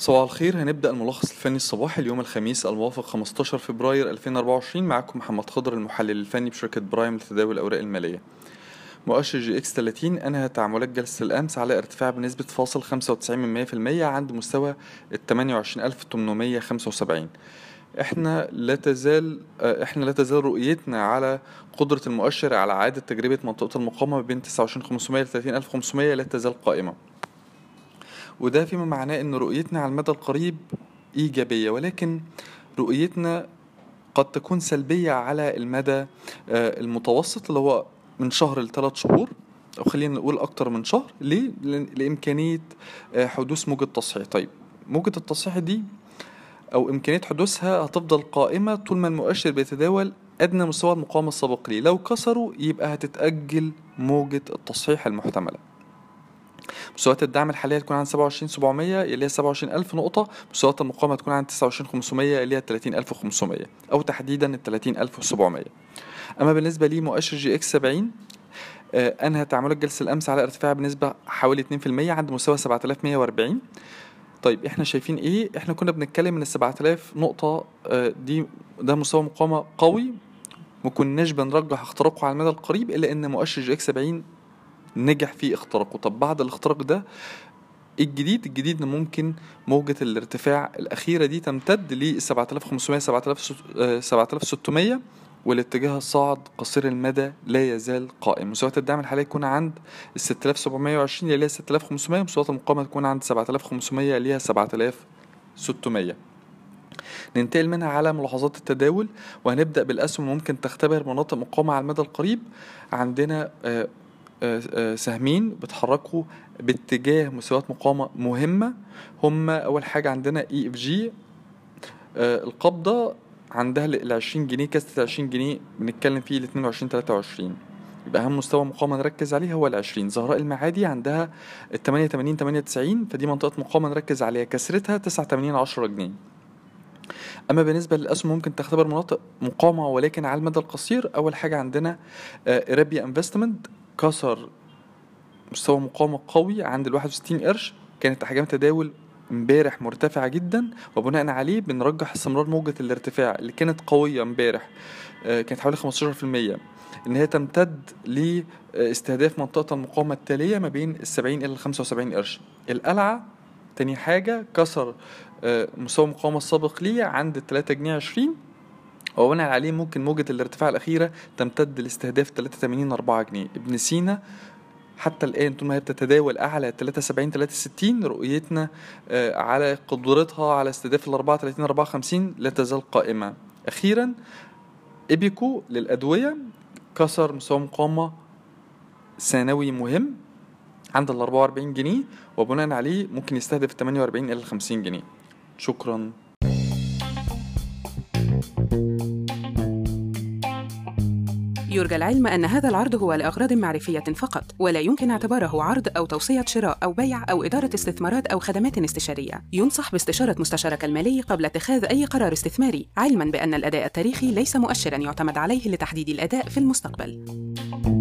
صباح الخير. هنبدأ الملخص الفني الصباحي اليوم الخميس الموافق 15 فبراير 2024. معكم محمد خضر المحلل الفني بشركة برايم لتداول الأوراق المالية. مؤشر جي اكس 30 أنهى تعاملات جلسة الأمس على ارتفاع بنسبة 0.95% عند مستوى 28875. احنا لا تزال رؤيتنا على قدرة المؤشر على إعادة تجربة منطقة المقاومة ما بين 29500 ل 30500 لا تزال قائمة، وده فيما معناه ان رؤيتنا على المدى القريب ايجابية، ولكن رؤيتنا قد تكون سلبية على المدى المتوسط اللي هو من شهر ل3 شهور، او خلينا نقول اكتر من شهر. ليه؟ لامكانية حدوث موجة تصحيح. طيب، موجة التصحيح دي او امكانية حدوثها هتفضل قائمة طول ما المؤشر بيتداول ادنى مستوى المقاومة السابق ليه. لو كسروا يبقى هتتأجل موجة التصحيح المحتملة. مستويات الدعم الحالية تكون عند 27700 اللي هي 27000 نقطة. مستويات المقاومة تكون عند 29500 اللي هي 30500 أو تحديدا 30700. أما بالنسبة لي مؤشر جي اكس 70 أنهى تعاملات جلسة الأمس على ارتفاع بنسبة حوالي 2% عند مستوى 7140. طيب احنا شايفين ايه؟ احنا كنا بنتكلم من 7000 نقطة ده مستوى مقاومة قوي، مكناش بنرجح اختراقه على المدى القريب، إلا إن مؤشر جي اكس 70 نجح في اختراقه. طب بعد الاختراق ده الجديد ان ممكن موجة الارتفاع الأخيرة دي تمتد ل 7500 7600 والاتجاه الصاعد قصير المدى لا يزال قائم. مستويات الدعم الحالية تكون عند 6720 اللي هي 6500. مستويات المقاومة تكون عند 7500 اللي هي 7600. ننتقل منها على ملاحظات التداول، وهنبدأ بالأسهم ممكن تختبر مناطق مقاومة على المدى القريب. عندنا سهمين بتحركوا باتجاه مستويات مقاومة مهمة. هما أول حاجة عندنا EFG، القبضة عندها ال20 جنيه، كاسة 20 جنيه بنتكلم فيه ل 22-23، يبقى أهم مستوى مقاومة نركز عليه هو ال20. زهراء المعادي عندها ال 88-98، فدي منطقة مقاومة نركز عليها، كسرتها 89-10 جنيه. أما بالنسبة للأسهم ممكن تختبر مناطق مقاومة ولكن على المدى القصير. أول حاجة عندنا إيرابيا انفستمنت كسر مستوى مقاومة قوي عند 61 قرش. كانت أحجام تداول امبارح مرتفعة جدا، وبناء عليه بنرجح استمرار موجة الارتفاع اللي كانت قوية امبارح، كانت حوالي 15%، إن هي تمتد لاستهداف منطقة المقاومة التالية ما بين 70 إلى 75 قرش. القلعة تاني حاجة كسر مستوى المقاومة السابق ليه عند 3 جنيه 20، وبناء عليه ممكن موجة الارتفاع الأخيرة تمتد لاستهداف 83-4 جنيه. ابن سينا حتى الآن طول ما هي بتتداول أعلى 73-63، رؤيتنا على قدرتها على استهداف 34-54 لا تزال قائمة. أخيرا إبيكو للأدوية كسر مستوى مقاومة ثانوي مهم عند 44 جنيه، وبناء عليه ممكن يستهدف 48 إلى 50 جنيه. شكرا. يرجى العلم أن هذا العرض هو لأغراض معرفية فقط، ولا يمكن اعتباره عرض أو توصية شراء أو بيع أو إدارة استثمارات أو خدمات استشارية. ينصح باستشارة مستشارك المالي قبل اتخاذ أي قرار استثماري، علماً بأن الأداء التاريخي ليس مؤشراً يعتمد عليه لتحديد الأداء في المستقبل.